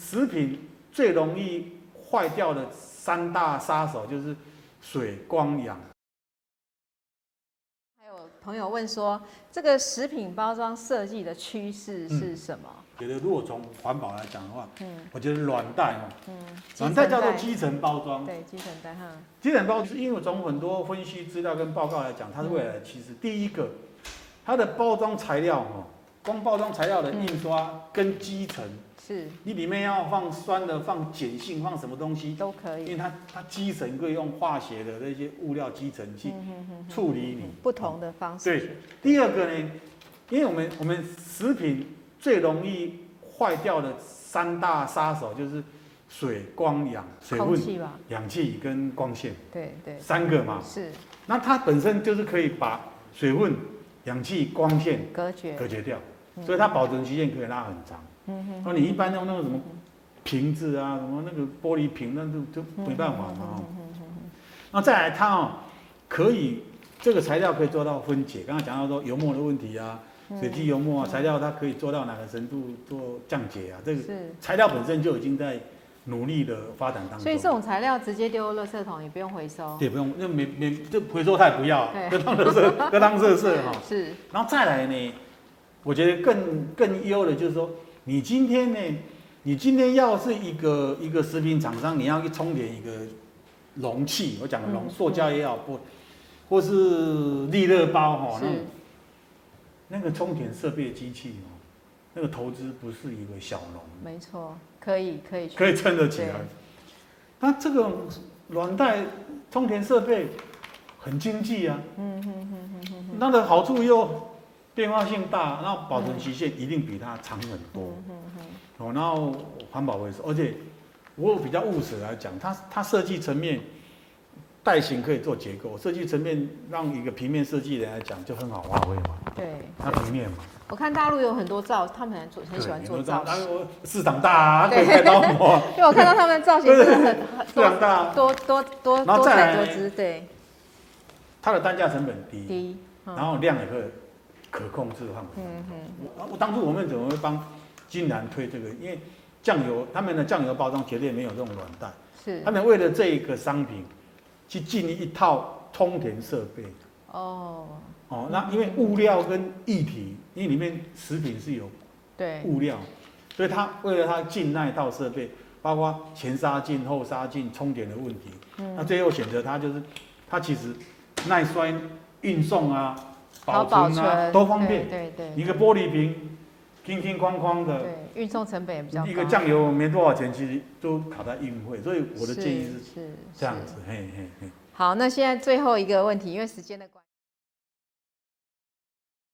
食品最容易坏掉的3大杀手就是水、光、氧。 还有朋友问说，这个食品包装设计的趋势是什么？ 觉得如果从环保来讲的话，我觉得软袋软袋袋叫做基层包装。 对，基层袋哈。 基层包装是因为从很多分析资料跟报告来讲，它是未来的趋势。第一个，它的包装材料光包装材料的印刷跟基层。是，你里面要放酸的、放碱性、放什么东西都可以， 因为它基层可以用化学的那些物料基层去处理你不同的方式。 对，第二个呢，因为我们食品最容易坏掉的3大杀手就是水、光、氧，水分、氧气跟光线。对，3个嘛。是，那它本身就是可以把水分、氧气、光线隔绝掉，所以它保存期限可以拉很长。那你一般用那个什么瓶子啊，什么那个玻璃瓶，那就没办法嘛。那再来它可以这个材料可以做到分解，刚刚讲到说油墨的问题啊，水基油墨啊，材料它可以做到哪个程度做降解啊？这个材料本身就已经在努力的发展当中。 所以这种材料直接丢垃圾桶也不用回收。 也不用，那这回收它也不要，就当垃圾哈。是。然后再来呢，我觉得更优的就是说。你今天要是一个食品厂商，你要去充填一个容器，我讲的塑胶也好，或是利乐包那个充填设备机器那个投资不是一个小农。没错，可以撑得起来。那这个软袋充填设备很经济啊，它的好处又变化性大，然后保存期限一定比它长很多。然后环保回收，而且我比较务实来讲，它设计层面袋型可以做结构，设计层面让一个平面设计人来讲就很好发挥嘛。对，它平面嘛。我看大陆有很多他们很喜欢做造型。 市场大啊，可以开刀模。 因为我看到他们造型真的很市场大， 多彩多姿。对， 它的单价成本低，然后量也可控制范围。我当初我们怎么会帮金兰推这个？因为他们的酱油包装绝对没有这种软袋，是他们为了这一个商品去进一套充填设备。那因为物料跟液体，因为里面食品是有物料，所以他为了他进那一套设备，包括前杀进、后杀进、充填的问题，那最后选择它就是它其实耐摔、运送啊、保存啊都方便。对，一个玻璃瓶。轻框框的，对，运送成本也比较高。一个酱油没多少钱，其实都卡在运费，所以我的建议是这样子，嘿。好，那现在最后一个问题，因为时间的关系。